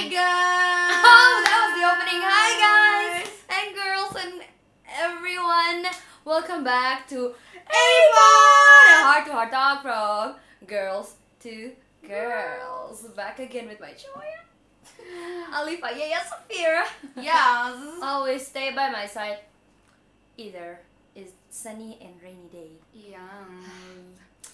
guys! Oh, that was the opening. Hi guys and girls and everyone. Welcome back to A-Pod, a heart-to-heart talk from girls to girls. Back again with my Joya, Alifa, Yaya, Safira. Yes. Always stay by my side. Either is sunny and rainy day. Yes.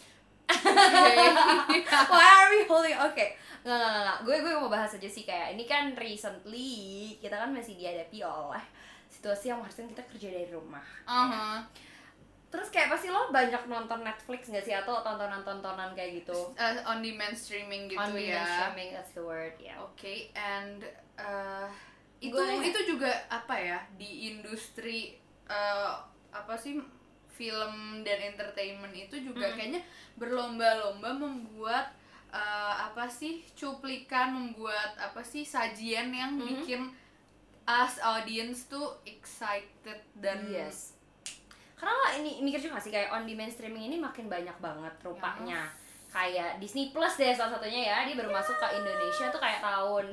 Why are we holding? Okay. Nggak. Gue mau bahas aja sih, kayak ini kan recently kita kan masih dihadapi oleh situasi yang harusnya kita kerja dari rumah. Terus kayak pasti lo banyak nonton Netflix nggak sih, atau tontonan kayak gitu? On demand streaming gitu On demand ya. streaming, that's the word, ya. Yeah. Okay, and Gua itu juga apa ya, di industri apa sih, film dan entertainment itu juga kayaknya berlomba-lomba membuat apa sih, cuplikan, membuat apa sih, sajian yang bikin us audience tuh excited dan yes. Karena ini mikir juga gak sih, kayak on demand streaming ini makin banyak banget rupanya. Kayak Disney Plus deh salah satunya ya, dia baru masuk ke Indonesia tuh kayak tahun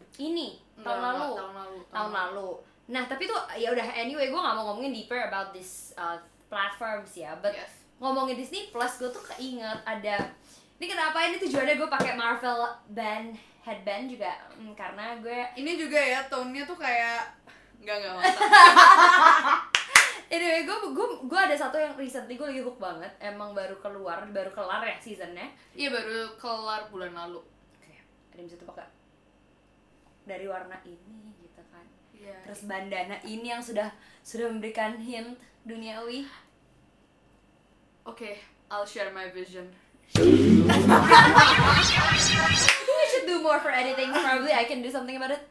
lalu. Nah, tapi tuh ya udah, anyway, gue gak mau ngomongin deeper about this platforms ya, but ngomongin Disney Plus, gue tuh keinget ada, ini kenapa ini tujuannya gue pakai Marvel headband juga, karena gue ini juga ya, tone-nya tuh kayak nggak mantap. Anyway, gue ada satu yang recently gue lagi hook banget, emang baru kelar ya seasonnya. Iya, baru kelar bulan lalu. Oke, ada yang bisa tebak gak? Dari warna ini gitu kan. Iya. Terus bandana ini yang sudah memberikan hint duniawi. Okay, I'll share my vision. We should do more for editing. Probably I can do something about it.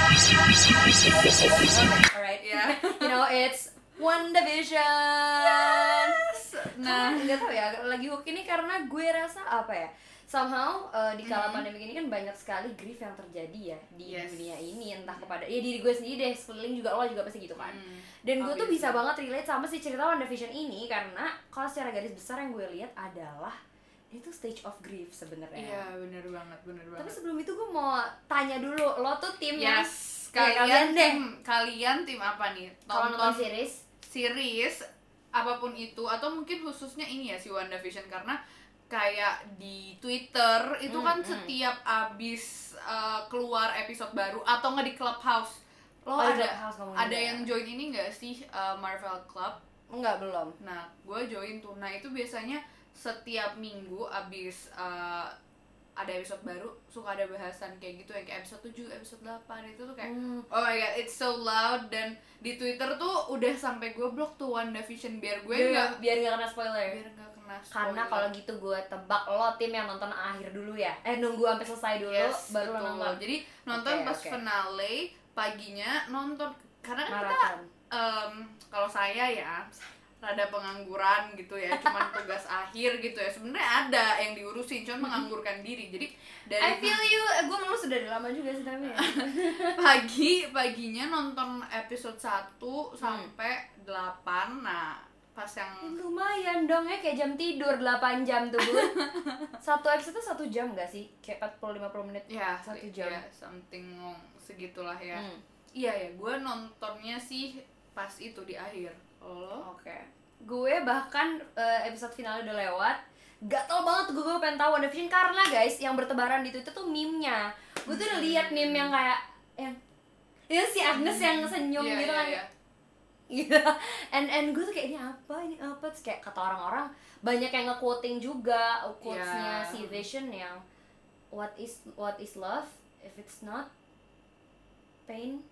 Alright, Yeah. You know, it's WandaVision. Yes. Nah, nggak tahu ya, lagi hook ini karena gue rasa apa ya, somehow di kala pandemi ini kan banyak sekali grief yang terjadi ya di dunia ini, entah kepada ya diri gue sendiri deh, sekeliling juga, lo juga pasti gitu kan. Dan gue tuh bisa banget relate sama si cerita WandaVision ini, karena kalau secara garis besar yang gue lihat adalah itu stage of grief sebenarnya. Iya, benar banget. Tapi sebelum itu gue mau tanya dulu, lo tuh timnya kalian tim apa nih? Kalau nonton series apapun itu, atau mungkin khususnya ini ya, si WandaVision, karena kayak di Twitter itu kan setiap abis keluar episode baru, atau nggak di Clubhouse, lo ada yang join ini nggak sih, Marvel Club? Enggak, belum. Nah, gue join tuh. Nah, itu biasanya setiap minggu abis ada episode baru suka ada bahasan kayak gitu, yang kayak episode 7, episode 8 itu tuh kayak oh my god, it's so loud. Dan di Twitter tuh udah sampai gue blok tuh WandaVision biar nggak kena spoiler. Karena kalau gitu gue tebak lo tim yang nonton akhir dulu ya. Nunggu sampai selesai dulu baru lo nonton. Jadi nonton pas finale, paginya nonton, karena kan kita kalau saya ya rada pengangguran gitu ya, cuman tugas akhir gitu ya, sebenarnya ada yang diurusin, cuman menganggurkan diri. Jadi dari I feel you, gue lulus sudah lama juga sih tapi ya. paginya nonton episode 1 sampai 8. Nah, pas yang lumayan dong ya, kayak jam tidur 8 jam tuh, Bun. Satu episode 1 jam gak sih? Kayak 40-50 menit ya, 1 jam ya, something segitulah ya. Iya ya, gue nontonnya sih pas itu di akhir. Oke. Gue bahkan episode final udah lewat, gatel banget gue pengen tahu WandaVision, karena guys yang bertebaran di Twitter tuh meme-nya. Gue tuh udah lihat meme yang kayak yang si Agnes yang senyum gitu kan. Gitu. And gue tuh kayak ini apa? Terus kayak kata orang-orang banyak yang nge-quoting juga quotes-nya si Vision yang what is love if it's not pain?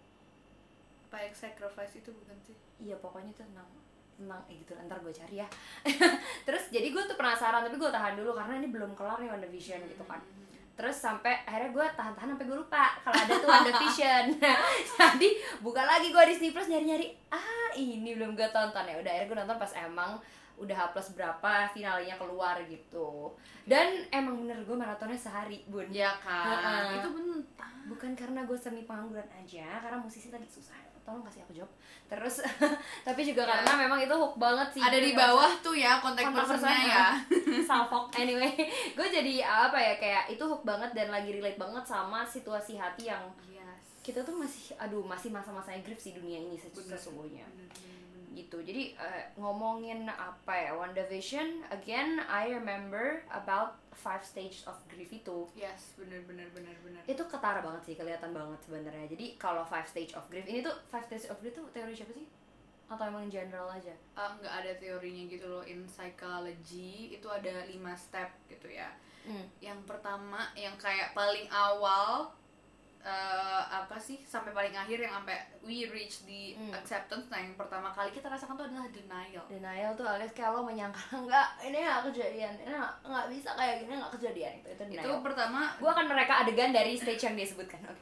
Apa sacrifice itu bukan sih? Iya, pokoknya itu tentang gitu, ntar gue cari ya. Terus jadi gue tuh penasaran, tapi gue tahan dulu karena ini belum kelar nih WandaVision gitu kan. Terus sampai akhirnya gue tahan sampai gue lupa kalau ada tuh WandaVision. Jadi buka lagi gue Disney Plus nyari ini belum gue tonton, ya udah akhirnya gue nonton pas emang udah H+ berapa finalnya keluar gitu. Dan emang bener gue maratonnya sehari, Bun. Ya kan. Itu bentar. Bukan karena gue semi pengangguran aja, karena musisi tadi susah. Tolong kasih aku job. Terus tapi juga karena memang itu hook banget sih. Ada di bawah tuh ya kontak personnya ya. salfok. Anyway, gue jadi apa ya, kayak itu hook banget dan lagi relate banget sama situasi hati yang kita tuh masih masa-masanya grief sih dunia ini sesungguhnya. Gitu. Jadi ngomongin apa ya, WandaVision again, I remember about 5 stages of grief itu. Yes, benar. Itu ketara banget sih, kelihatan banget sebenarnya. Jadi kalau 5 stage of grief ini tuh, 5 stage of grief tuh teori siapa sih? Atau emang general aja? Nggak ada teorinya gitu loh. In psychology itu ada 5 step gitu ya. Yang pertama yang kayak paling awal, apa sih, sampai paling akhir yang sampai we reach the acceptance. Nah yang pertama kali kita rasakan tuh adalah denial Tuh alias kayak lo menyangka enggak, ini nggak kejadian, ini nggak bisa kayak gini, nggak kejadian. Itu denial. Itu pertama. Gue akan mereka adegan dari stage yang dia sebutkan. Oke.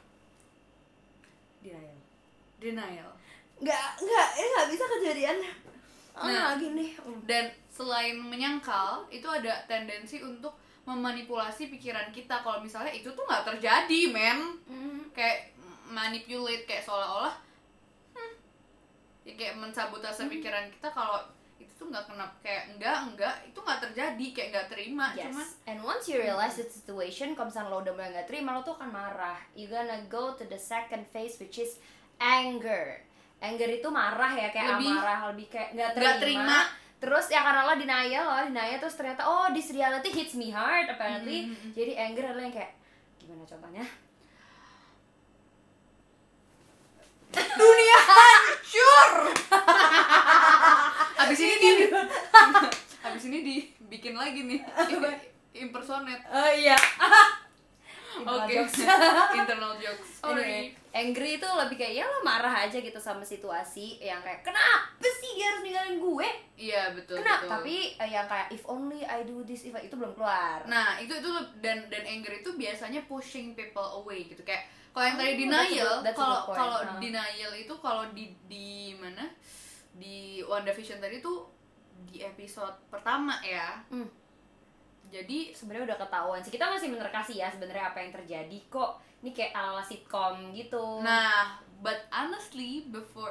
Denial nggak, ini nggak bisa kejadian. Gini. Dan selain menyangkal, itu ada tendensi untuk memanipulasi pikiran kita kalau misalnya itu tuh nggak terjadi, men. Kayak manipulate, kayak seolah-olah ya kayak mensabotase pikiran kita kalau itu tuh nggak kena, kayak enggak itu nggak terjadi, kayak nggak terima. Yes. Cuman And once you realize the situation, kalau misalnya lo udah mulai nggak terima, lo tuh akan marah. You gonna go to the second phase, which is anger. Anger itu marah ya, kayak amarah, lebih kayak nggak terima. Terus ya karena lo denial terus ternyata this reality hits me hard apparently. Jadi anger adalah yang kayak gimana contohnya? Dunia hancur. Abis ini dibikin lagi nih impersonate. Oh iya. Oke. Internal jokes. Anyway, angry itu lebih kayak ya lo marah aja gitu sama situasi yang kayak kenapa sih dia harus ninggalin gue? Iya betul. Kenapa? Tapi yang kayak if only I do this, if itu belum keluar. Nah itu dan anger itu biasanya pushing people away gitu. Kayak kalau yang tadi denial, kalau denial itu kalau di mana, di WandaVision tadi tuh di episode pertama ya. Jadi sebenarnya udah ketahuan sih, kita masih menerkasi ya sebenarnya apa yang terjadi kok. Ini kayak ala sitcom gitu. Nah, but honestly before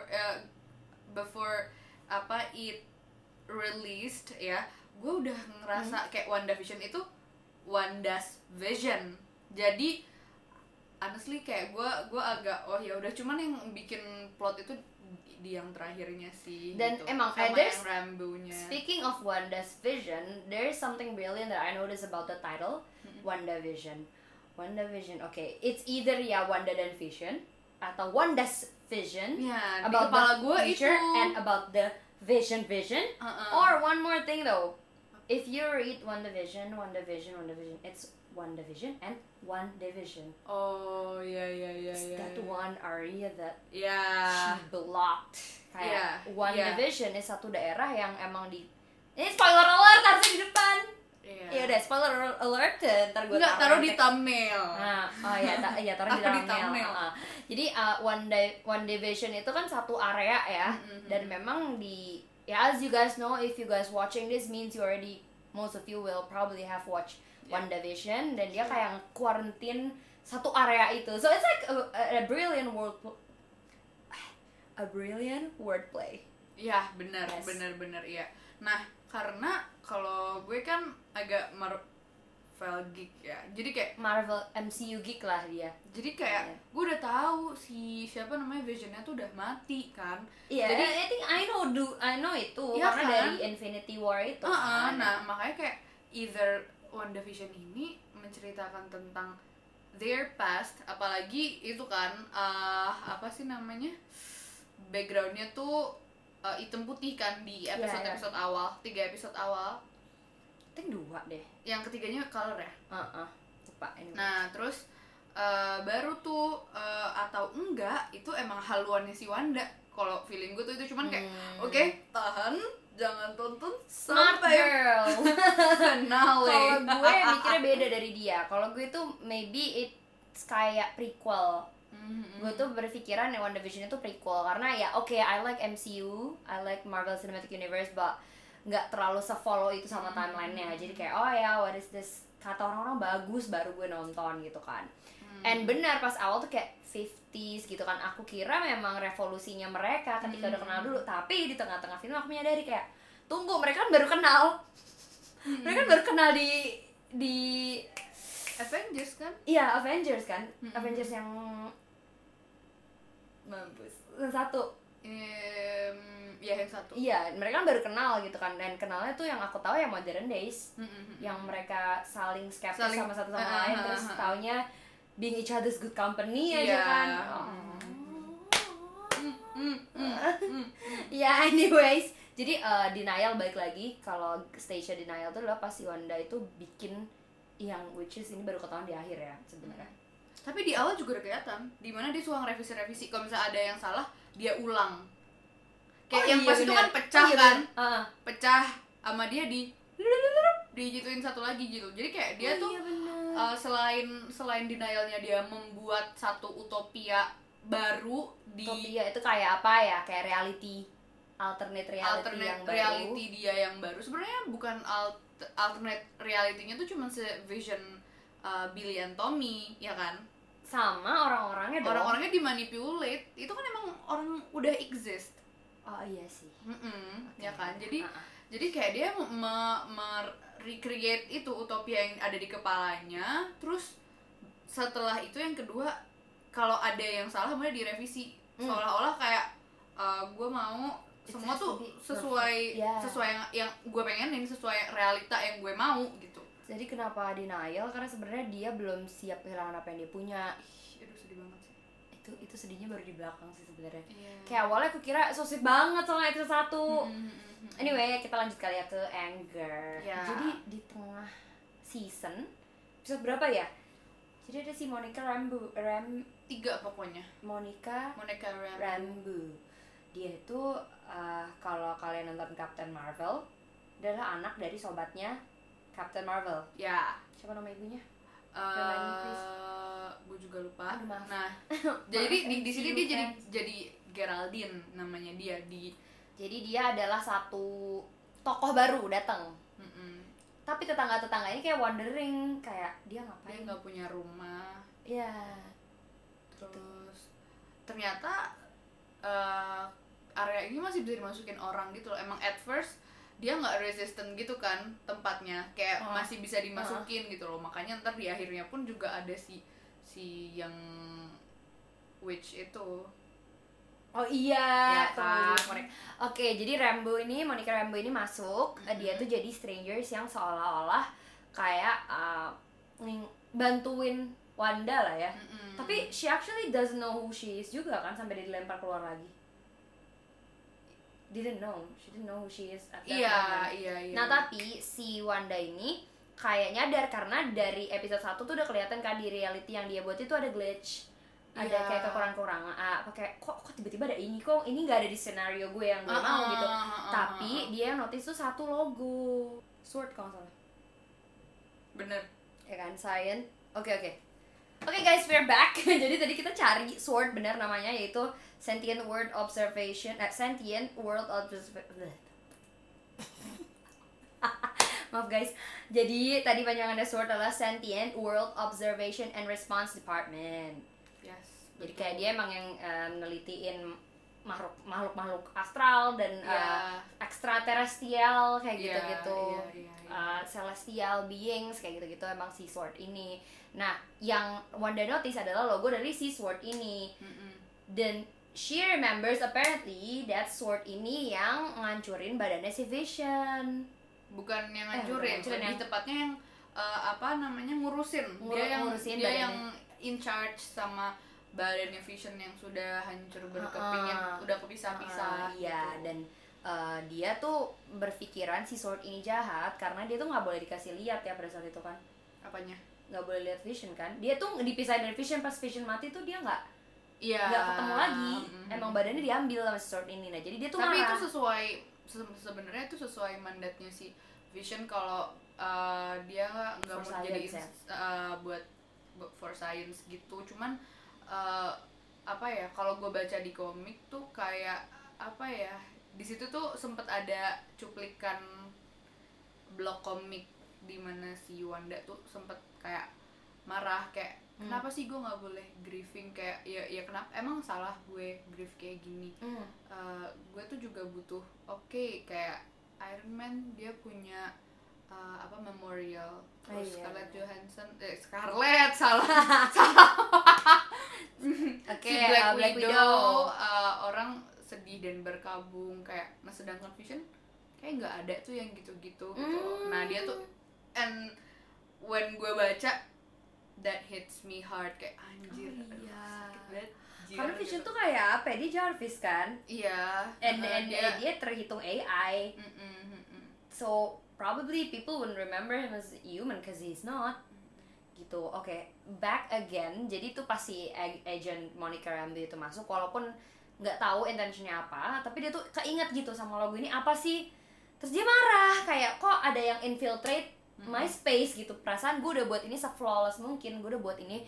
it released ya, gue udah ngerasa kayak WandaVision itu Wanda's vision. Jadi honestly kayak gue agak ya udah, cuman yang bikin plot itu di yang terakhirnya sih. Dan gitu. Emang sama yang Rambo-nya. Speaking of Wanda's vision, there is something brilliant that I noticed about the title, WandaVision. Okay, it's either Wanda dan Vision atau Wanda's vision about the future and about the vision. Or one more thing though, if you read WandaVision, it's WandaVision and One Division. Oh yeah. That one area that she Yeah. blocked. Kayak One Yeah. Division is satu daerah yang emang ini spoiler alert harusnya di depan. Yeah. Ya udah spoiler alert, ntar gue taruh di thumbnail. Nah, taruh di thumbnail. Jadi One Division itu kan satu area ya, dan memang as you guys know, if you guys watching this means most of you will probably have watched WandaVision, dan dia kayak quarantine satu area itu. So it's like a brilliant wordplay. Iya, benar iya. Nah, karena kalau gue kan agak Marvel geek ya. Jadi kayak Marvel MCU geek lah dia. Jadi kayak gue udah tahu siapa namanya Visionnya tuh udah mati kan. Iya. Jadi I think I know itu ya karena kan? dari Infinity War itu. Nah, makanya kayak either WandaVision ini menceritakan tentang their past, apalagi itu kan apa sih namanya, backgroundnya tuh hitam putih kan di episode awal, 3 episode awal. I think 2 deh. Yang ketiganya color ya. Lupa ini. Nah terus baru tuh atau enggak itu emang haluannya si Wanda. Kalau feeling gue tuh itu cuman kayak oke, tahan, jangan tonton Smart sampai girl. finale. Kalau gue mikirnya beda dari dia. Kalau gue tuh maybe it's kayak prequel. Gue tuh berpikiran WandaVision itu prequel karena I like MCU, I like Marvel Cinematic Universe, but nggak terlalu se-follow itu sama timelinenya. Jadi kayak what is this, kata orang-orang bagus baru gue nonton gitu kan. And benar pas awal tuh kayak 50s gitu kan, aku kira memang revolusinya mereka ketika udah kenal dulu, tapi di tengah-tengah film aku menyadari kayak tunggu, mereka kan baru kenal. Mereka kan baru kenal di Avengers kan? iya Avengers kan, Avengers yang Mampus. yang satu. Ya yang satu. Iya, mereka kan baru kenal gitu kan, dan kenalnya tuh yang aku tahu ya Modern Days, yang mereka saling skeptis sama satu sama lain, terus taunya being each other's good company aja kan. Ya anyways, jadi denial balik lagi, kalau Stacia denial tuh adalah pas si Wanda itu bikin yang which is ini baru ketahuan di akhir ya sebenarnya. Tapi di awal juga udah kelihatan, dimana dia suka ngerevisi-revisi, kalau misalnya ada yang salah dia ulang. Kayak yang pas itu kan pecah kan, pecah sama dia digituin satu lagi gitu. Jadi kayak dia tuh selain denialnya dia membuat satu utopia baru di utopia itu kayak apa ya, kayak reality alternate reality dia yang baru. Sebenarnya bukan alternate reality-nya tuh cuma vision Billy and Tommy ya kan, sama orang-orangnya dong. Orang-orangnya dimanipulate, itu kan emang orang udah exist. Oh iya sih. Ya kan, jadi kayak dia recreate itu utopia yang ada di kepalanya. Terus setelah itu yang kedua, kalau ada yang salah kemudian direvisi, seolah-olah kayak gue mau semua tuh sesuai yang gue pengenin, sesuai realita yang gue mau gitu. Jadi kenapa denial? Karena sebenarnya dia belum siap kehilangan apa yang dia punya. Aduh sedih banget sih. Itu sedihnya baru di belakang sih sebenarnya. Yeah. Kayak awalnya aku kira so sweet banget soalnya episode 1. Anyway, kita lanjut kali ya ke Anger. Yeah. Jadi di tengah season episode berapa ya? Jadi ada si Monica Rambeau, 3 pokoknya. Monica Rambeau. Dia itu kalau kalian nonton Captain Marvel, adalah anak dari sobatnya Captain Marvel. Ya. Siapa nama ibunya? Gue juga lupa. Aduh, maaf. Nah, jadi di sini dia jadi Geraldine namanya dia di. Jadi dia adalah satu tokoh baru datang. Tapi tetangga-tetangganya kayak wondering, kayak dia ngapain? Dia nggak punya rumah. Iya. Terus ternyata area ini masih bisa dimasukin orang gitu loh. Emang at first dia nggak resistant gitu kan tempatnya, kayak masih bisa dimasukin gitu loh. Makanya ntar di akhirnya pun juga ada si yang witch itu. Oh iya, ya kan? Oke, jadi Monica Rambeau ini masuk. Dia tuh jadi strangers yang seolah-olah kayak bantuin Wanda lah ya. Tapi she actually doesn't know who she is juga kan, sampai dia dilempar keluar lagi. She didn't know who she is at that moment. Iya. Nah tapi si Wanda ini kayak nyadar, karena dari episode 1 tuh udah kelihatan kan di reality yang dia buat itu ada glitch, ada kayak kekurangan-kekurangan. Kayak kok tiba-tiba ada ini, kok ini nggak ada di scenario gue yang gue mau gitu. Tapi dia notice tuh satu logo sword kalau nggak salah. Bener. Ya kan, Science. Oke guys, we're back. Jadi tadi kita cari sword bener namanya, yaitu Sentient World Observation. Maaf guys. Jadi tadi panjangannya sword adalah Sentient World Observation and Response Department. Yes. Jadi kayak dia emang yang nelitiin makhluk astral dan ekstraterestrial kayak gitu-gitu. Celestial beings kayak gitu-gitu, emang si sword ini. Nah, yang Wanda notice adalah logo dari si sword ini. Dan she remembers apparently that sword ini yang ngancurin badannya si Vision. Bukan yang ngancurin, lebih tepatnya yang ngurusin. Ngurusin dia yang in charge sama badannya Vision yang sudah hancur berkeping, udah kepisah-pisah. Iya, gitu. dan dia tuh berpikiran si sword ini jahat karena dia tuh nggak boleh dikasih lihat ya pada saat itu kan. Apanya? Nggak boleh lihat Vision kan. Dia tuh dipisahin dari Vision, pas Vision mati tuh dia nggak ketemu lagi. Emang badannya diambil sama si sword ini. Nah jadi dia tuh tapi marah. itu sebenarnya itu sesuai mandatnya si Vision, kalau dia nggak mau jadi buat for science gitu. Cuman kalau gue baca di komik tuh kayak di situ tuh sempet ada cuplikan blog komik di mana si Wanda tuh sempet kayak marah, kayak kenapa sih gue nggak boleh grieving, kayak ya kenapa, emang salah gue grieve kayak gini. Gue tuh juga butuh kayak Iron Man, dia punya apa memorial, Oh, terus iya, Scarlett benar. Johansson Scarlett salah Oke, si Black Black Widow, orang sedih dan berkabung kayak, nah sedangkan Vision kayak nggak ada tuh yang gitu-gitu gitu. Nah dia tuh, and when gue baca that hits me hard kayak anjir, iya. sakit banget. Karena Vision gitu. tuh kayak apa ya, dia Jarvis kan, Iya, and dia terhitung AI, so probably people wouldn't remember him as human because he's not gitu. Oke, back again. Jadi tuh pasti agent Monica Rambeau itu masuk, walaupun nggak tahu intentionnya apa, tapi dia tuh keinget gitu sama logo ini apa sih, terus dia marah kayak kok ada yang infiltrate my space gitu. Perasaan gue udah buat ini se-flawless mungkin, gue udah buat ini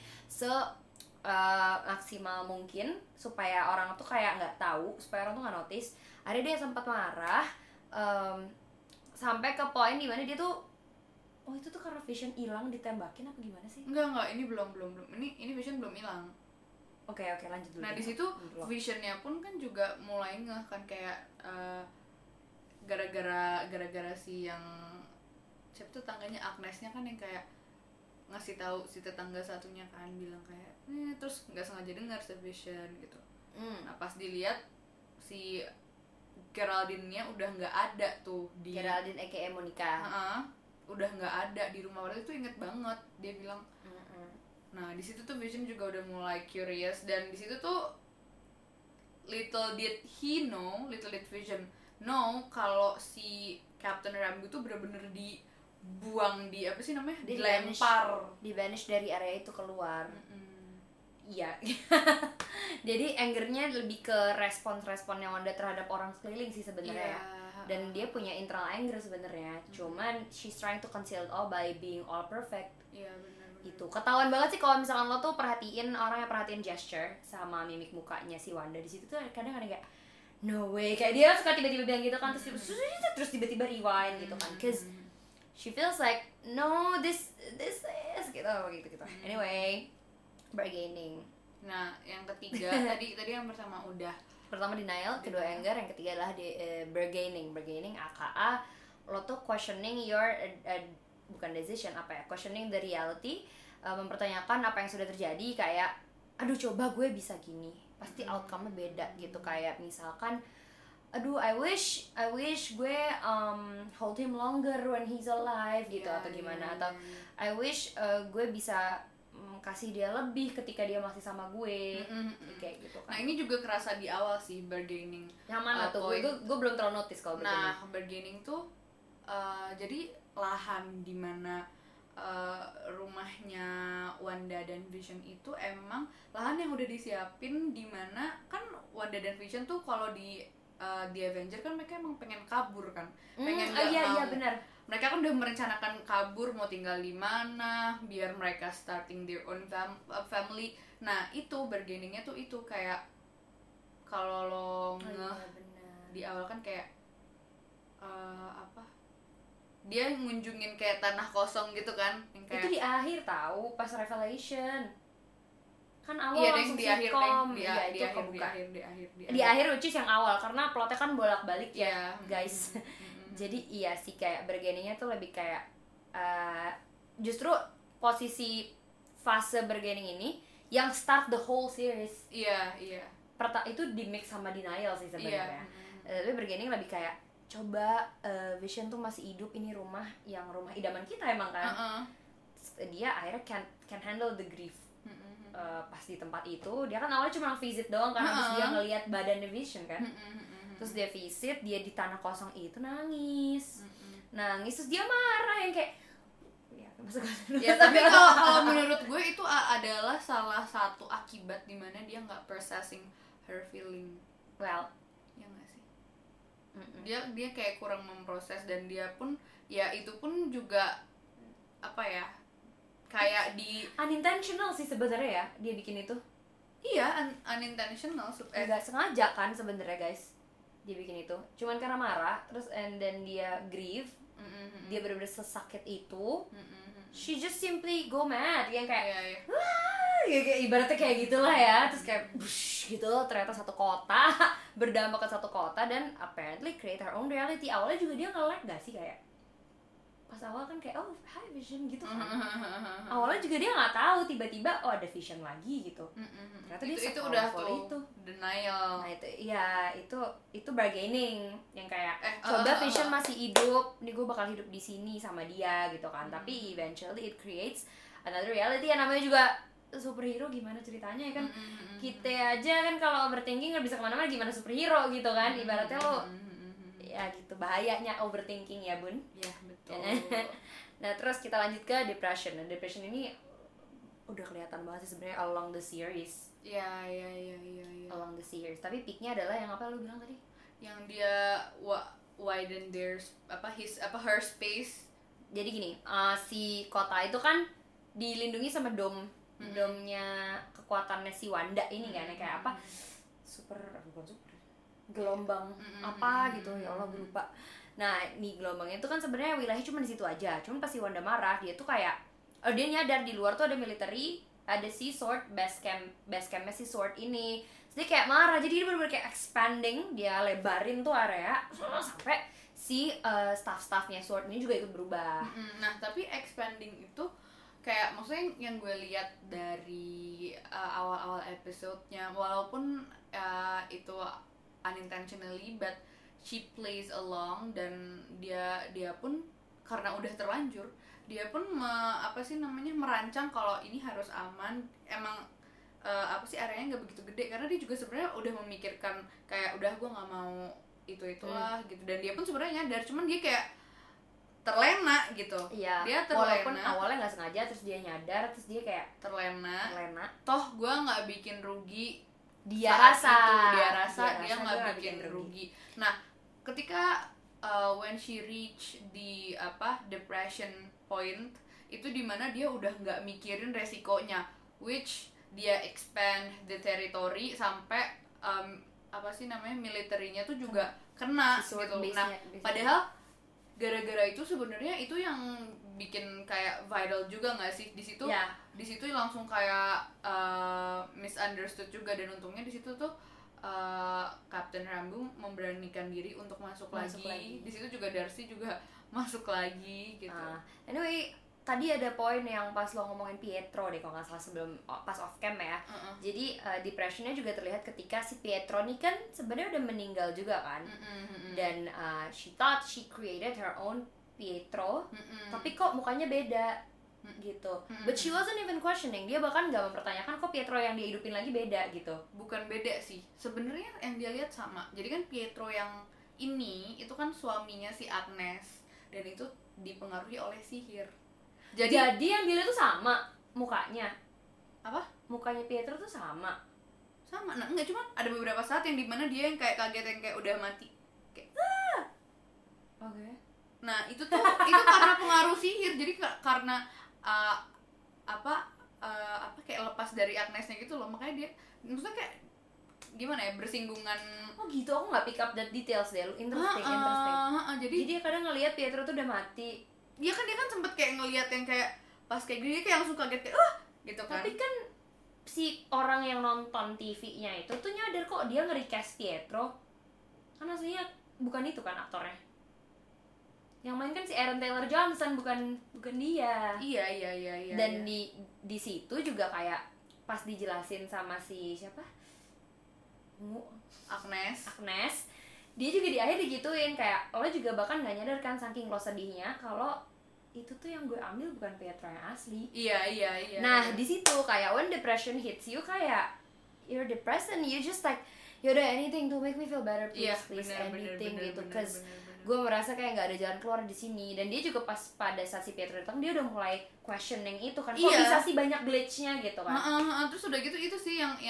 maksimal mungkin supaya orang tuh kayak nggak tahu, supaya orang tuh nggak notice. Akhirnya dia sempat marah, sampai ke poin dimana dia tuh, oh itu tuh karena Vision hilang ditembakin apa gimana sih? Enggak, ini belum ini Vision belum hilang. Oke, lanjut dulu. Nah di situ Visionnya pun kan juga mulai ngeh kan kayak gara-gara si yang siapa tuh tangganya, Agnesnya kan yang kayak ngasih tahu si tetangga satunya kan, bilang kayak terus nggak sengaja dengar si Vision gitu. Nah pas dilihat si Geraldine-nya udah nggak ada tuh di Geraldine aka Monica. Udah nggak ada di rumah. Padahal itu inget banget dia bilang. Nah di situ tuh Vision juga udah mulai curious, dan di situ tuh little did Vision know kalau si Captain Rambeau tuh bener-bener dibuang, di apa sih namanya, dilempar, di banish dari area itu keluar. Iya. Jadi angernya lebih ke respon-responnya Wanda terhadap orang sekeliling sih sebenarnya. Dan dia punya internal anger sebenarnya. Cuman she's trying to conceal it all by being all perfect. Iya benar. Itu ketahuan banget sih kalau misalkan lo tuh perhatiin, orang yang perhatiin gesture sama mimik mukanya si Wanda di situ tuh kadang-kadang kayak no way, kayak dia suka tiba-tiba bilang gitu kan, terus tiba-tiba rewind gitu kan, cause she feels like no this is gitu. Anyway, bargaining. Nah yang ketiga tadi yang pertama udah, pertama denial, kedua anger, yang ketiga adalah bargaining aka lo tuh questioning your bukan decision, questioning the reality, mempertanyakan apa yang sudah terjadi, kayak aduh coba gue bisa gini, pasti outcome-nya beda gitu. Kayak misalkan aduh I wish gue hold him longer when he's alive gitu, atau gimana, atau I wish gue bisa kasih dia lebih ketika dia masih sama gue, kayak gitu kan. Nah ini juga kerasa di awal sih bargaining. Yang mana tuh? Gue belum terlalu notice kalau bargaining. Nah bargaining tuh jadi lahan di mana rumahnya Wanda dan Vision itu emang lahan yang udah disiapin, di mana kan Wanda dan Vision tuh kalau di Avenger kan mereka emang pengen kabur kan, pengen nggak mau. Iya benar. Mereka kan udah merencanakan kabur, mau tinggal di mana biar mereka starting their own family. Nah itu bargainingnya tuh itu kayak kalau lo di awal kan kayak apa, dia ngunjungin kayak tanah kosong gitu kan, yang kayak itu di akhir tahu pas revelation kan, awal iya, langsung di akhir sitcom, di akhir which is yang awal karena plotnya kan bolak-balik ya guys. Jadi iya sih kayak bargainingnya tuh lebih kayak justru posisi fase bargaining ini yang start the whole series. Iya Itu di mix sama denial sih sebenarnya. Tapi bargaining lebih kayak coba Vision tuh masih hidup, ini rumah idaman kita emang kan. Dia akhirnya can handle the grief. Pas di tempat itu dia kan awalnya cuma visit doang kan, terus dia ngelihat badannya Vision kan. Terus dia visit, dia di tanah kosong itu nangis, terus dia marah yang kayak ya tapi kalau menurut gue itu adalah salah satu akibat dimana dia nggak processing her feeling. Well, ya nggak sih, dia kayak kurang memproses, dan dia pun ya itu pun juga apa ya, kayak di unintentional sih sebenarnya ya dia bikin itu. Iya, unintentional, nggak sengaja kan sebenarnya guys dia bikin itu, cuman karena marah terus and then dia grieve, dia benar-benar sesakit itu, she just simply go mad yang kayak wah, kayak ibaratnya kayak gitulah ya, terus kayak bush gitu, ternyata satu kota berdampak ke satu kota dan apparently create her own reality. Awalnya juga dia nge-lag gak sih kayak pas awal kan kayak oh hi Vision gitu kan. Awalnya juga dia nggak tahu, tiba-tiba oh ada Vision lagi gitu. Ternyata dia itu udah tuh itu denial. Nah itu bargaining yang kayak coba Vision masih hidup, nih gue bakal hidup di sini sama dia gitu kan. Tapi eventually it creates another reality yang namanya juga superhero. Gimana ceritanya ya kan, kita aja kan kalau overthinking nggak bisa kemana-mana, gimana superhero gitu kan. Ibaratnya lo ya gitu, bahayanya overthinking ya bun. Ya betul. Nah terus kita lanjut ke depression. Nah depression ini udah kelihatan banget sih sebenarnya along the series. Ya. Along the series. Tapi peaknya adalah yang apa lu bilang tadi? Yang dia widen their her space. Jadi gini, si kota itu kan dilindungi sama domnya kekuatannya si Wanda ini kan, kayak apa? Bukan super. Gelombang apa gitu, ya Allah gue lupa. Nah, nih gelombangnya itu kan sebenarnya wilayahnya cuma di situ aja. Cuma pas si Wanda marah, dia tuh kayak dia nyadar di luar tuh ada military, ada si Sword base campnya si Sword ini. Jadi kayak marah, jadi dia bener-bener kayak expanding, dia lebarin tuh area sampai si staff-staffnya Sword ini juga ikut berubah. Nah, tapi expanding itu kayak maksudnya yang gue lihat dari awal-awal episode-nya, walaupun itu unintentionally but she plays along, dan dia pun karena udah terlanjur, dia pun merancang kalau ini harus aman. Emang areanya nggak begitu gede karena dia juga sebenarnya udah memikirkan kayak udah gue nggak mau itulah gitu, dan dia pun sebenarnya nyadar, cuman dia kayak terlena gitu. Iya, dia terlena, walaupun awalnya nggak sengaja, terus dia nyadar, terus dia kayak terlena. Toh gue nggak bikin rugi, dia rasa dia nggak bikin rugi. Nah, ketika when she reach di depression point itu dimana dia udah nggak mikirin resikonya, which dia expand the territory sampai militernya tuh juga kena gitu. Nah, padahal gara-gara itu sebenarnya itu yang bikin kayak viral juga nggak sih di situ? Yeah. Di situ langsung kayak misunderstood juga, dan untungnya di situ tuh Captain Rambeau memberanikan diri untuk masuk lagi. Di situ juga Darcy juga masuk lagi gitu. Anyway, tadi ada poin yang pas lo ngomongin Pietro deh kalau nggak salah, sebelum pas off cam ya. Jadi depressionnya juga terlihat ketika si Pietro nih kan sebenarnya udah meninggal juga kan. Dan she thought she created her own Pietro, tapi kok mukanya beda gitu. But she wasn't even questioning. Dia bahkan nggak mempertanyakan kok Pietro yang dia hidupin lagi beda gitu. Bukan beda sih, sebenarnya yang dia lihat sama. Jadi kan Pietro yang ini itu kan suaminya si Agnes, dan itu dipengaruhi oleh sihir. Jadi yang dilihat tuh sama mukanya. Apa? Mukanya Pietro tuh sama. Nah enggak, cuma ada beberapa saat yang dimana dia yang kayak kaget, yang kayak udah mati, kayak Oke. Nah itu karena pengaruh sihir. Jadi karena kayak lepas dari Agnesnya gitu loh, makanya dia maksudnya kayak gimana ya, bersinggungan. Oh gitu, aku nggak pick up that details deh. Interesting. Jadi dia kadang ngelihat Pietro tuh udah mati. Dia kan sempet kayak ngelihat yang kayak pas kayak gini, dia kayak langsung kaget kayak gitu kan. Tapi kan si orang yang nonton TV-nya itu tuh nyadar kok dia nge-recast Pietro. Kan aslinya bukan itu kan aktornya. Yang main kan si Aaron Taylor Johnson, bukan dia. Iya. Dan di situ juga kayak pas dijelasin sama si siapa? Agnes. Dia juga di akhir digituin kayak lo juga bahkan nggak nyadar kan saking lo sedihnya kalau itu tuh yang gue ambil bukan Pietro yang asli. Iya. Nah di situ kayak when depression hits you, kayak you're depressed and you just like yaudah anything to make me feel better, please anything gitu, cause gue merasa kayak nggak ada jalan keluar di sini. Dan dia juga pas pada saat si Pietro datang, dia udah mulai questioning itu kan, kok bisa sih banyak glitchnya gitu kan. Terus udah gitu itu sih yang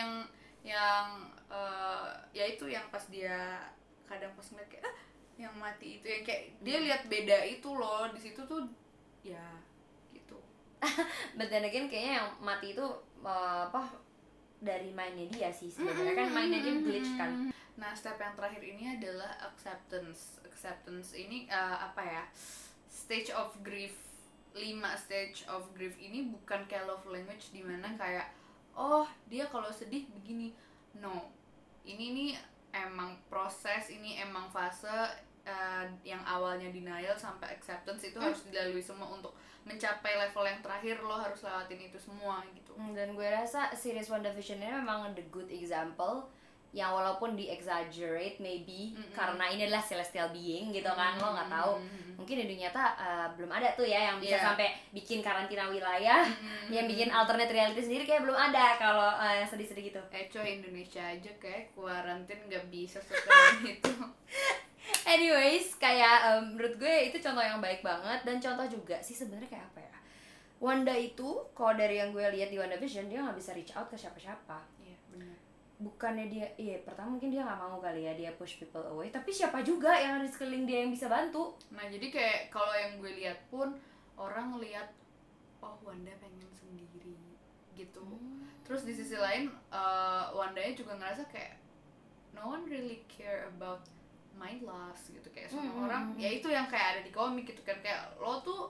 ya itu yang pas dia kadang pas ngeliat kayak yang mati itu, yang kayak dia lihat beda itu loh di situ tuh ya gitu. But then again kayaknya yang mati itu dari mainnya dia sih sebenarnya, kan mainnya dia glitch kan. Nah, step yang terakhir ini adalah acceptance ini stage of grief. 5 stage of grief ini bukan kayak love language dimana kayak dia kalau sedih begini. No, ini emang proses, ini emang fase yang awalnya denial sampai acceptance itu harus dilalui semua untuk mencapai level yang terakhir. Lo harus lewatin itu semua gitu. Dan gue rasa series WandaVision ini memang the good example yang walaupun di exaggerate maybe karena ini adalah celestial being gitu kan, lo nggak tahu mungkin di dunia nyata belum ada tuh ya yang bisa sampai bikin karantina wilayah, yang bikin alternate reality sendiri kayak belum ada kalau yang sedih-sedih gitu. Coy, Indonesia aja kayak kuarantin nggak bisa sekeren itu. Anyways, kayak menurut gue itu contoh yang baik banget, dan contoh juga sih sebenarnya kayak apa ya, Wanda itu kalau dari yang gue lihat di WandaVision dia nggak bisa reach out ke siapa-siapa. Iya benar. Bukannya dia, pertama mungkin dia nggak mau kali ya, dia push people away, tapi siapa juga yang ada di sekeliling dia yang bisa bantu. Nah jadi kayak kalau yang gue lihat pun orang ngelihat oh Wanda pengen sendiri gitu. Terus di sisi lain Wandanya juga ngerasa kayak no one really care about my loss gitu, kayak semua orang ya itu yang kayak ada di komik gitu kan, kayak lo tuh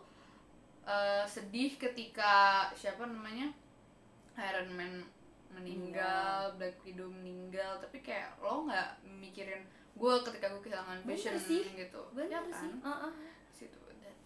sedih ketika siapa namanya Iron Man meninggal, Black Widow meninggal, tapi kayak lo nggak mikirin gue ketika gue kehilangan Vision gitu. Bener ya kan? sih. Situ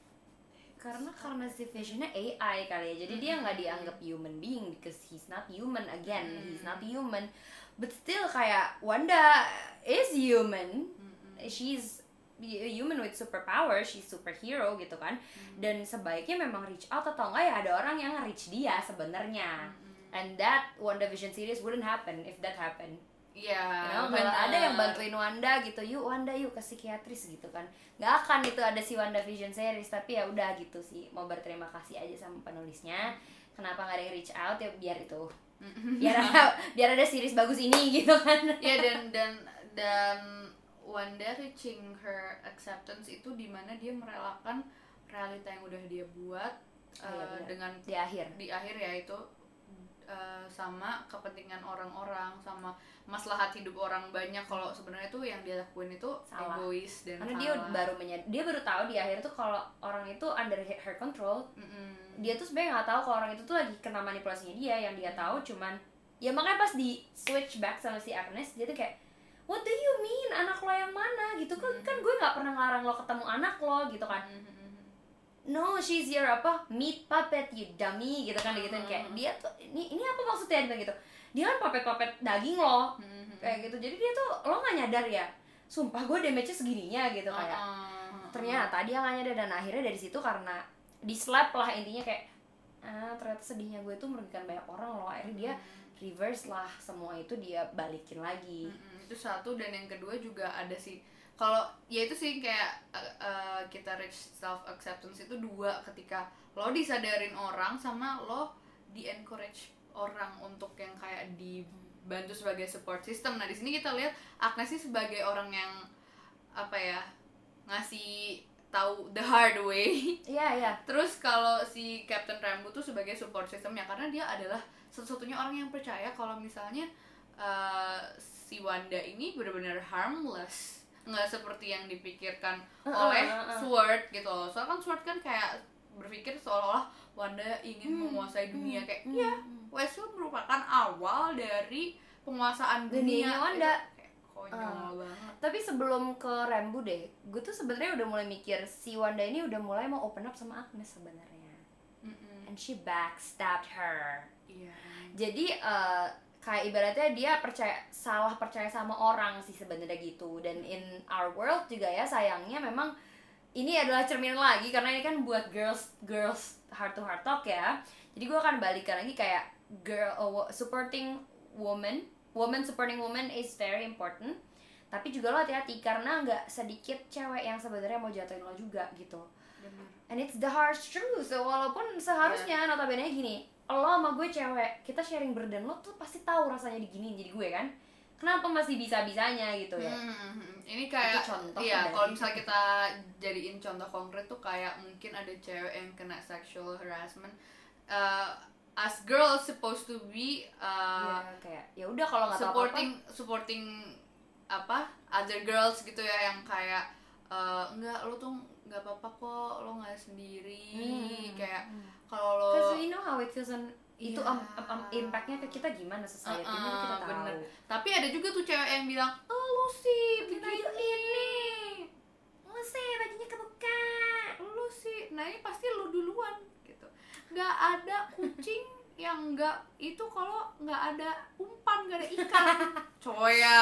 Karena si Visionnya AI kali ya, jadi dia nggak dianggap human being because he's not human again, he's not human, but still kayak Wanda is human, she's a human with superpower, she's superhero gitu kan, dan sebaiknya memang reach out atau enggak ya ada orang yang reach dia sebenarnya. And that WandaVision series wouldn't happen if that happened. Iya. Kalau ada yang bantuin Wanda gitu, yuk Wanda yuk ke psikiatris gitu kan, nggak akan itu ada si WandaVision series. Tapi ya udah gitu sih, mau berterima kasih aja sama penulisnya. Kenapa nggak ada yang reach out ya, biar itu, biar ada series bagus ini gitu kan. Ya dan Wanda reaching her acceptance itu dimana dia merelakan realita yang udah dia buat dengan di akhir ya itu sama kepentingan orang-orang, sama maslahat hidup orang banyak. Kalau sebenarnya tuh yang dia lakuin itu salah, egois dan karena salah. dia baru tahu di akhir tuh kalau orang itu under her control. Dia tuh sebenarnya nggak tahu kalau orang itu tuh lagi kena manipulasinya dia. Yang dia tahu cuman ya, makanya pas di switch back sama si Agnes dia tuh kayak what do you mean anak lo yang mana gitu kan, gue nggak pernah ngelarang lo ketemu anak lo gitu kan. No, she's your meat puppet, you dummy gitu kan, digituin kayak dia tuh ini apa maksudnya gitu. Dia kan puppet daging lo, kayak gitu. Jadi dia tuh lo nggak nyadar ya, sumpah gue damage-nya segininya gitu kayak. Ternyata dia nggak nyadar, dan akhirnya dari situ karena di slap lah intinya kayak ternyata sedihnya gue tuh merugikan banyak orang loh. Akhirnya dia reverse lah semua itu, dia balikin lagi. Itu satu, dan yang kedua juga ada sih, kalau ya itu sih kayak kita reach self acceptance itu dua, ketika lo disadarin orang sama lo di encourage orang untuk yang kayak dibantu sebagai support system. Nah di sini kita lihat Agnes sih sebagai orang yang apa ya, ngasih tahu the hard way. Iya. Terus kalau si Captain Rambo tuh sebagai support system ya, karena dia adalah satu-satunya orang yang percaya kalau misalnya si Wanda ini benar-benar harmless, nggak seperti yang dipikirkan oleh Sword gitu loh. Soalnya kan Sword kan kayak berpikir seolah-olah Wanda ingin menguasai dunia, kayak Westview merupakan awal dari penguasaan dunia Wanda. Kayak konyol banget. Tapi sebelum ke Rambo deh, gue tuh sebenarnya udah mulai mikir si Wanda ini udah mulai mau open up sama Agnes sebenarnya. And she backstabbed her. Jadi kayak ibaratnya dia salah percaya sama orang sih sebenarnya gitu. Dan in our world juga ya, sayangnya memang ini adalah cerminan lagi, karena ini kan buat girls heart to heart talk ya. Jadi gue akan balikan lagi kayak supporting woman supporting woman is very important. Tapi juga lo hati-hati, karena nggak sedikit cewek yang sebenarnya mau jatuhin lo juga gitu. And it's the harsh truth. So, walaupun seharusnya notabene gini, lo sama gue cewek, kita sharing burden, lo tuh pasti tahu rasanya diginiin jadi gue kan. Kenapa masih bisa-bisanya gitu ya. Ini kayak kalau misalnya kita jadiin contoh konkret tuh kayak mungkin ada cewek yang kena sexual harassment, as girls supposed to be kayak ya udah kalau nggak tahu supporting other girls gitu ya, yang kayak enggak, lo tuh nggak apa-apa kok, lo nggak sendiri. Kayak kalau lo, because we know how it feels itu impactnya ke kita gimana, society kita tahu. Bener. Tapi ada juga tuh cewek yang bilang, lo sih begini, nah ini pasti lu duluan gitu. Nggak ada kucing yang nggak itu kalau nggak ada umpan, nggak ada ikan. Coya.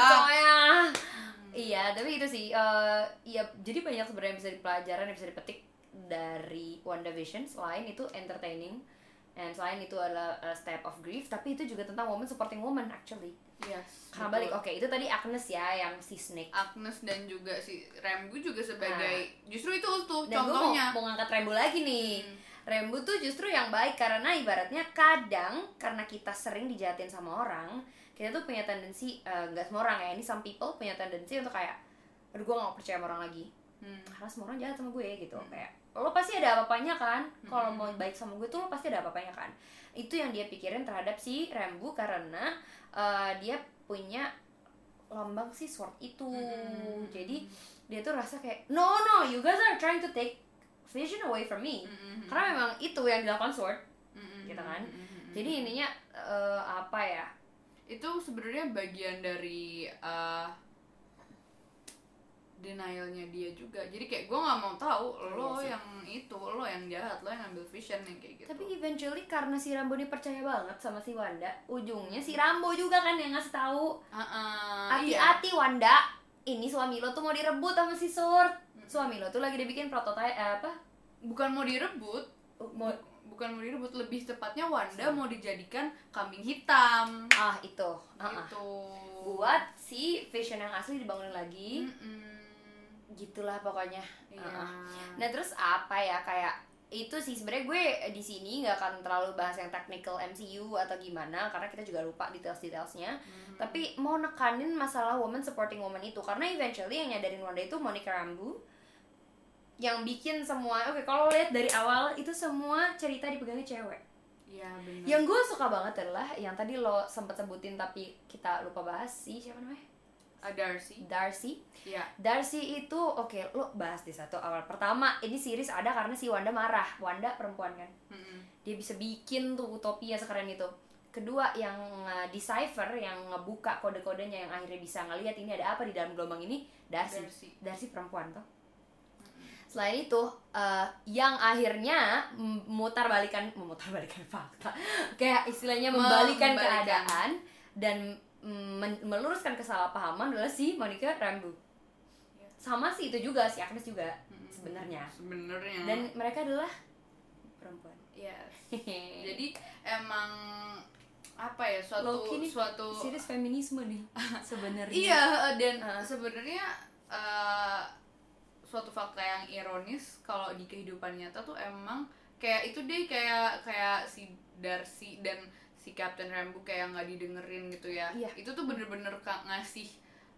Iya, tapi itu sih ya jadi banyak sebenarnya yang bisa dipelajaran, yang bisa dipetik dari WandaVision. Selain itu entertaining, and selain itu adalah a step of grief, tapi itu juga tentang woman supporting woman actually. Yes. Karena balik, oke, itu tadi Agnes ya yang si Snake. Agnes dan juga si Rambo juga sebagai justru itu tuh dan contohnya. Gue mau ngangkat Rambo lagi nih. Rambo tuh justru yang baik karena ibaratnya kadang karena kita sering dijahatin sama orang, kita tuh punya tendensi, nggak semua orang ya, ini some people punya tendensi untuk kayak, aduh gue gak mau percaya sama orang lagi, karena semua orang jahat sama gue gitu. Kayak lo pasti ada apa-apanya kan, kalau mau baik sama gue tuh lo pasti ada apa-apanya kan. Itu yang dia pikirin terhadap si Rambo karena dia punya lambang si sword itu. Jadi dia tuh rasa kayak no you guys are trying to take vision away from me, karena memang itu yang dilakukan sword gitu kan. Jadi ininya apa ya, itu sebenarnya bagian dari denialnya dia juga. Jadi kayak gue nggak mau tahu lo yang itu, lo yang jahat, lo yang ngambil vision yang kayak gitu. Tapi eventually karena si Rambo ini percaya banget sama si Wanda, ujungnya si Rambo juga kan yang ngasih tahu, hati-hati Wanda, ini suami lo tuh mau direbut sama si Sword. Suami lo tuh lagi dibikin prototipe bukan mau direbut, bukan mau direbut, lebih tepatnya Wanda mau dijadikan kambing hitam. Itu gitu. Buat si vision yang asli dibangunin lagi. Gitulah pokoknya. Nah terus apa ya, kayak itu sih sebenarnya gue di sini nggak akan terlalu bahas yang technical MCU atau gimana karena kita juga lupa details-detailsnya. Tapi mau nekanin masalah woman supporting woman itu karena eventually yang nyadarin Wanda itu Monica Rambeau yang bikin semua. Oke, kalau lihat dari awal itu semua cerita dipegangnya cewek. Iya benar. Yang gue suka banget adalah yang tadi lo sempat sebutin tapi kita lupa bahas sih, siapa namanya? Darcy. Iya. Darcy itu oke, lo bahas di satu awal. Pertama, ini series ada karena si Wanda marah. Wanda perempuan kan. Dia bisa bikin tuh utopia sekeren itu. Kedua, yang decipher, yang ngebuka kode-kodenya yang akhirnya bisa ngelihat ini ada apa di dalam gelombang ini, Darcy perempuan tuh. Selain itu, yang akhirnya memutar-balikan fakta, kayak istilahnya membalikan keadaan dan meluruskan kesalahpahaman adalah si Monica Rambeau. Sama sih itu juga si Agnes juga sebenarnya. Dan mereka adalah perempuan. Yes. Jadi emang apa ya, suatu series feminisme nih sebenarnya. Iya, dan sebenarnya suatu fakta yang ironis kalau di kehidupan nyata tuh emang kayak itu deh, kayak si Darcy dan si Captain Rambeau kayak nggak didengerin gitu ya. Itu tuh bener-bener ngasih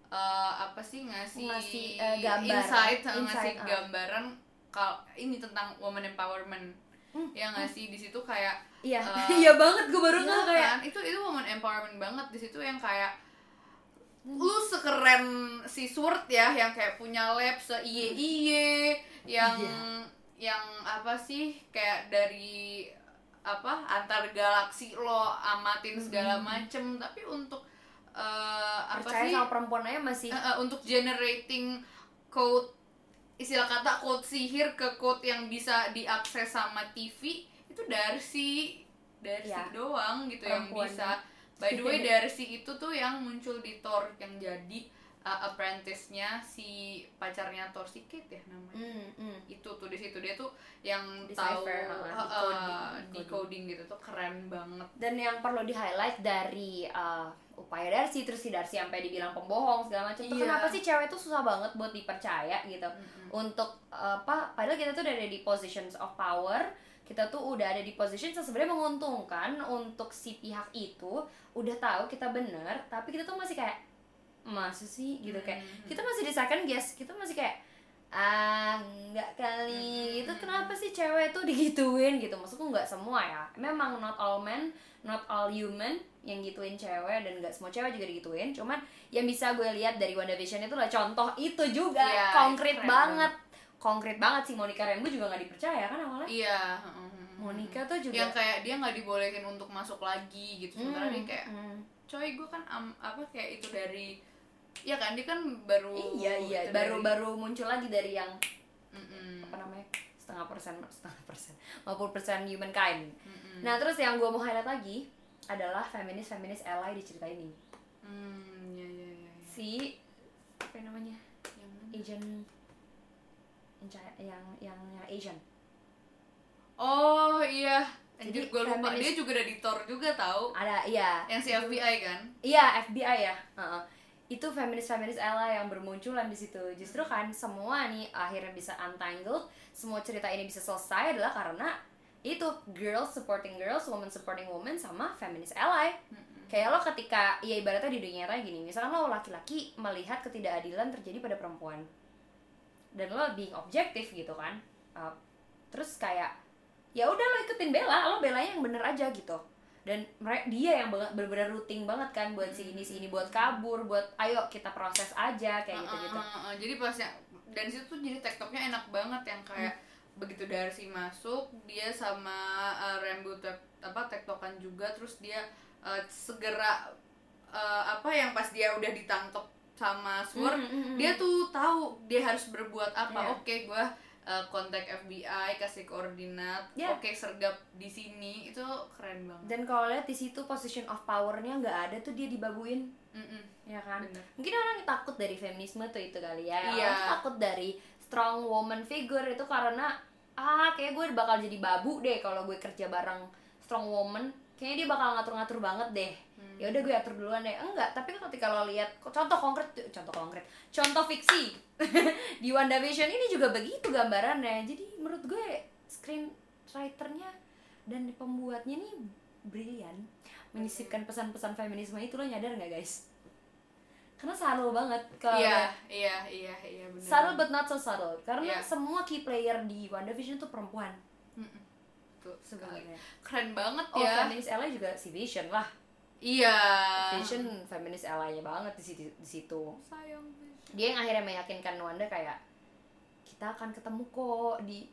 insight, ngasih gambaran kalau ini tentang woman empowerment. Yang ngasih di situ kayak iya banget, gue baru nggak kayak kan? itu woman empowerment banget di situ, yang kayak lu sekeren si Sword ya, yang kayak punya lab se-iye yang apa sih, kayak dari antar galaksi lo amatin segala macem, tapi untuk percaya sama perempuan aja masih untuk generating code, istilah kata code sihir ke code yang bisa diakses sama TV, itu Darcy doang gitu yang bisa. By the way, Darcy itu tuh yang muncul di Thor, yang jadi apprentice-nya si pacarnya Thor, si Kate ya namanya. Itu tuh di situ dia tuh yang tahu decoding gitu, tuh keren banget. Dan yang perlu di-highlight dari upaya Darcy, terus si Darcy sampai dibilang pembohong segala macam. Tuh kenapa sih cewek tuh susah banget buat dipercaya gitu. Untuk padahal kita tuh udah ada di positions of power. Kita tuh udah ada di position yang sebenarnya menguntungkan untuk si pihak itu, udah tahu kita bener, tapi kita tuh masih kayak masa sih gitu, kayak kita masih di second guess, kita masih kayak nggak kali itu kenapa sih cewek tuh digituin gitu. Maksudku nggak semua ya, memang not all men, not all human yang gituin cewek, dan nggak semua cewek juga digituin. Cuman yang bisa gue lihat dari WandaVision itu lah contoh itu juga, konkret banget sih. Monica Rambeau juga nggak dipercaya kan awalnya. Monica tuh juga yang kayak dia nggak dibolehin untuk masuk lagi gitu. Sementara dia kayak coy, gue kan kayak itu dari kan dia kan baru baru muncul lagi dari yang apa namanya, setengah setengah persen 50% humankind. Nah terus yang gue mau highlight lagi adalah feminis ally di cerita ini. Ya. Si apa namanya, Yang mana? Asian, yang Asian. Oh iya. Jadi Anjir gue lupa, feminis- dia juga ada di Thor juga tahu. Ada, iya. Yang si FBI kan? Iya, FBI ya. Itu feminis ally yang bermunculan di situ. Justru kan semua nih akhirnya bisa untangled, semua cerita ini bisa selesai adalah karena itu girls supporting girls, women supporting women, sama feminis ally. Kayak lo ketika, ya ibaratnya di dunia nyata gini, misalkan lo laki-laki melihat ketidakadilan terjadi pada perempuan dan lo being objektif gitu kan, terus kayak ya udah lo ikutin lo belanya yang bener aja gitu. Dan dia yang bener-bener routing banget kan buat si ini buat kabur, buat ayo kita proses aja kayak gitu-gitu. Jadi pasnya dan situ tuh jadi tektoknya enak banget yang kayak begitu Darcy masuk, dia sama Rambo tektokan juga, terus dia segera yang pas dia udah ditangkap sama Sword, dia tuh tahu dia harus berbuat apa. Oke, gue kontak FBI, kasih koordinat, oke, sergap di sini, itu keren banget. Dan kalau lihat di situ position of powernya nggak ada tuh, dia dibabuin, ya kan? Bener. Mungkin orang takut dari feminisme tuh itu kali ya, Iya. orang takut dari strong woman figure itu karena kayak gue bakal jadi babu deh kalau gue kerja bareng strong woman, kayaknya dia bakal ngatur-ngatur banget deh. Ya udah gue atur duluan deh. Enggak, tapi ketika lo lihat contoh fiksi di WandaVision ini juga begitu gambarannya. Jadi menurut gue screenwriternya dan pembuatnya nih brilian menyisipkan pesan-pesan feminisme itu. Lo nyadar nggak guys? Karena subtle banget kalau Iya benar. Subtle but not so subtle. Karena semua key player di WandaVision tuh perempuan. Tuh, sebenarnya keren banget ya. Feminis ally juga si Vision lah. Iya. Vision feminis ally-nya banget di situ. Sayang. Dia yang akhirnya meyakinkan Wanda kayak kita akan ketemu kok di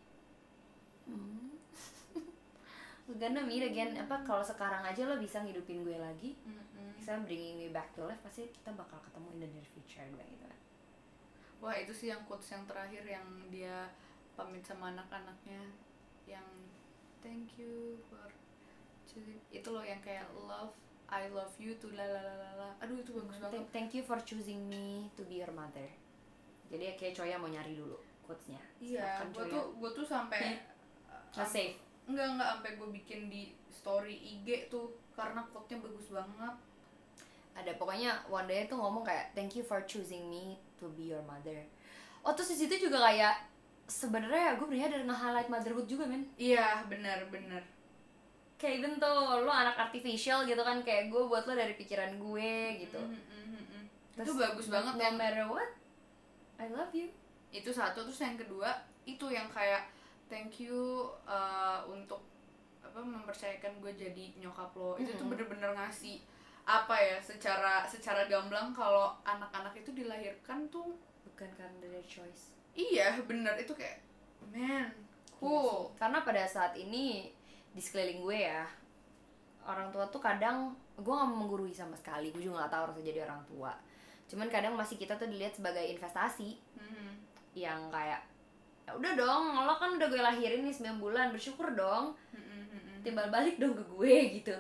we're gonna meet again. Kalau sekarang aja lo bisa ngidupin gue lagi, bisa bringing me back to life, pasti kita bakal ketemu in the near future gitu kan. Wah, itu sih yang quotes yang terakhir yang dia pamit sama anak-anaknya, yang thank you for choosing, itu loh yang kayak I love you to la la la la. Aduh, itu bagus banget. Thank you for choosing me to be your mother. Jadi kayak Choya mau nyari dulu quotesnya. Iya, gue tuh sampai save. Enggak sampai gue bikin di story IG tuh karena quote-nya bagus banget. Ada pokoknya Wanda tuh ngomong kayak thank you for choosing me to be your mother. Oh, terus di situ juga kayak sebenarnya gue bener dari nge-highlight motherhood juga, men. Iya, benar. Kayak even tuh lo anak artificial gitu kan, kayak gue buat lo dari pikiran gue gitu. Itu bagus banget no matter what I love you. Itu satu. Terus yang kedua itu yang kayak thank you untuk mempercayakan gue jadi nyokap lo. Itu tuh bener-bener ngasih secara gamblang kalau anak-anak itu dilahirkan tuh bukan karena their choice. Iya, bener. Itu kayak man, cool. Iya, karena pada saat ini di sekeliling gue ya, orang tua tuh kadang, gue gak mau menggurui sama sekali, gue juga gak tahu harus jadi orang tua. Cuman kadang masih kita tuh dilihat sebagai investasi, yang kayak ya udah dong, lo kan udah gue lahirin nih 9 bulan, bersyukur dong, timbal balik dong ke gue gitu.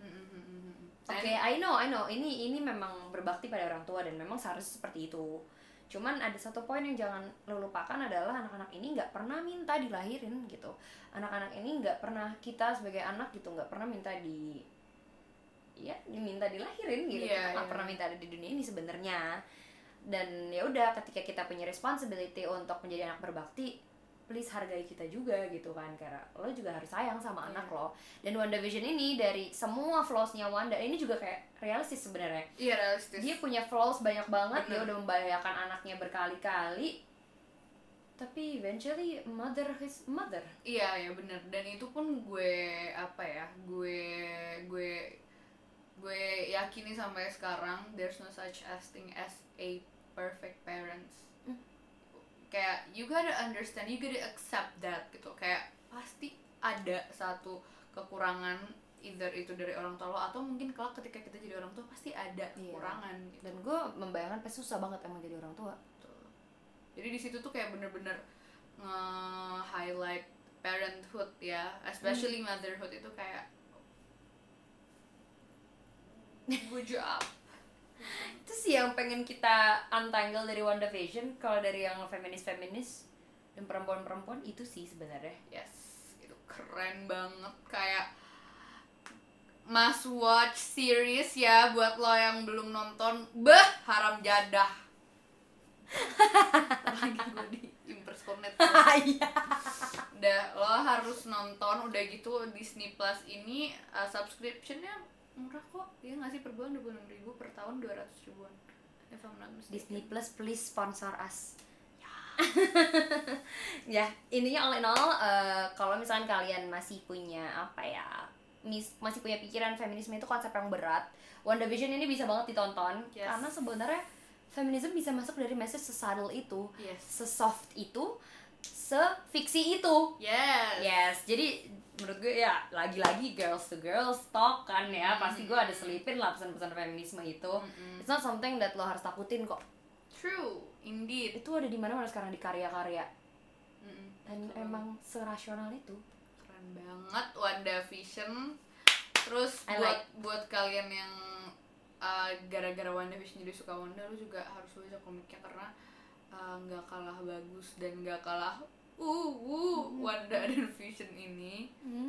Oke, I know, ini memang berbakti pada orang tua dan memang seharusnya seperti itu. Cuman ada satu poin yang jangan lo lupakan adalah anak-anak ini nggak pernah minta dilahirin gitu. Anak-anak ini nggak pernah, kita sebagai anak gitu nggak pernah minta diminta dilahirin gitu. Kita nggak pernah minta ada di dunia ini sebenarnya. Dan ya udah, ketika kita punya responsibility untuk menjadi anak berbakti, please hargai kita juga gitu kan, karena lo juga harus sayang sama anak lo. Dan WandaVision ini dari semua flaws-nya Wanda ini juga kayak realistis sebenarnya. Iya, realistis. Dia punya flaws banyak banget. Dia udah membahayakan anaknya berkali-kali, tapi eventually mother his mother. Iya benar. Dan itu pun gue yakini sampai sekarang, there's no such as thing as a perfect parents. Kayak you gotta understand, you gotta accept that gitu. Kayak pasti ada satu kekurangan, either itu dari orang tua lo atau mungkin kelak ketika kita jadi orang tua pasti ada kekurangan gitu. Dan gue membayangkan pasti susah banget emang jadi orang tua. Jadi di situ tuh kayak bener-bener nge-highlight parenthood ya, especially motherhood itu kayak good job. Itu sih yang pengen kita untangle dari WandaVision. Kalau dari yang feminis dan perempuan itu sih sebenarnya. Yes, itu keren banget, kayak must watch series ya buat lo yang belum nonton. Haram jadah. Lagi gue di impersonate. Iya. Udah, lo harus nonton. Udah gitu Disney Plus ini subscriptionnya murah kok. Iya nggak sih, per bulan 26.000, per tahun 200 ribuan. If I'm not mistaken. Disney Plus please sponsor us. Ya, intinya all in all, kalau misalkan kalian masih punya masih punya pikiran feminisme itu konsep yang berat, WandaVision ini bisa banget ditonton. Yes. Karena sebenarnya feminisme bisa masuk dari message se-subtle itu, Yes. se-soft itu, se-fiksi itu. Yes, jadi menurut gue ya lagi-lagi girls to girls talk kan ya, pasti gue ada selipin lah pesan-pesan feminisme itu. It's not something that lo harus takutin kok. True, indeed. Itu ada di mana-mana sekarang di karya-karya. Dan emang serasional itu. Keren banget WandaVision. Terus buat kalian yang gara-gara WandaVision jadi suka Wanda, lu juga harus baca komiknya karena nggak kalah bagus dan nggak kalah Wanda dan Vision ini.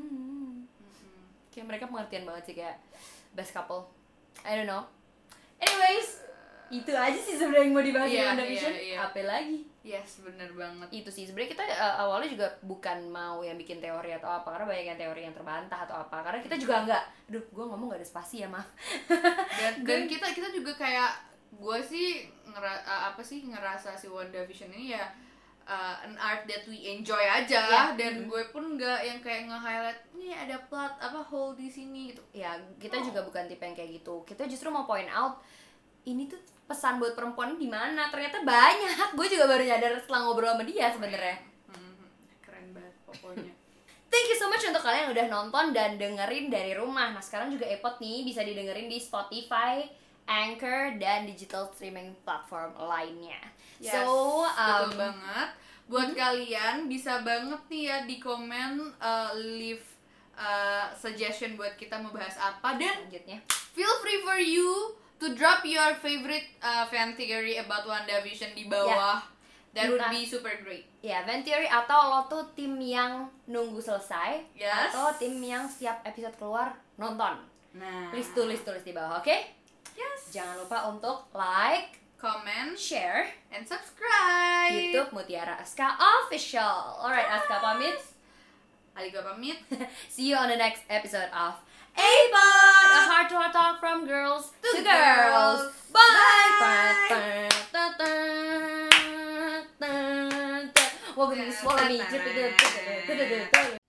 Kayak mereka pengertian banget sih, kayak best couple. I don't know. Anyways, itu aja sih sebenarnya yang mau dibahas di WandaVision. Apa lagi? Yes, bener banget. Itu sih sebenarnya kita awalnya juga bukan mau yang bikin teori atau apa, karena banyak yang teori yang terbantah atau apa. Karena kita juga nggak, gue ngomong nggak ada spasi ya, maaf. Dan kita juga kayak, gue sih ngerasa si WandaVision ini ya an art that we enjoy aja, dan gue pun nggak yang kayak nge-highlight nih ada plot hole di sini gitu. Ya, kita juga bukan tipe yang kayak gitu. Kita justru mau point out ini tuh pesan buat perempuan di mana. Ternyata banyak. Gue juga baru nyadar setelah ngobrol sama dia sebenarnya. Keren banget pokoknya. Thank you so much untuk kalian yang udah nonton dan dengerin dari rumah. Nah, sekarang juga iPod nih bisa didengerin di Spotify, Anchor, dan digital streaming platform lainnya. Yes, so, betul banget. Buat kalian bisa banget nih ya di komen, leave suggestion buat kita mau bahas apa, dan selanjutnya feel free for you to drop your favorite fan theory about WandaVision di bawah. That would be super great. Ya, fan theory atau lo tuh tim yang nunggu selesai, Yes. atau tim yang setiap episode keluar nonton. Nah, Please tulis di bawah, oke? yes. Jangan lupa untuk like, Comment, share, and subscribe. YouTube Mutiara Aska Official. Alright, Aska pamit. Alika pamit. See you on the next episode of A-Pod, a heart-to-heart talk from girls to girls. Bye! Welcome to Swallow Me.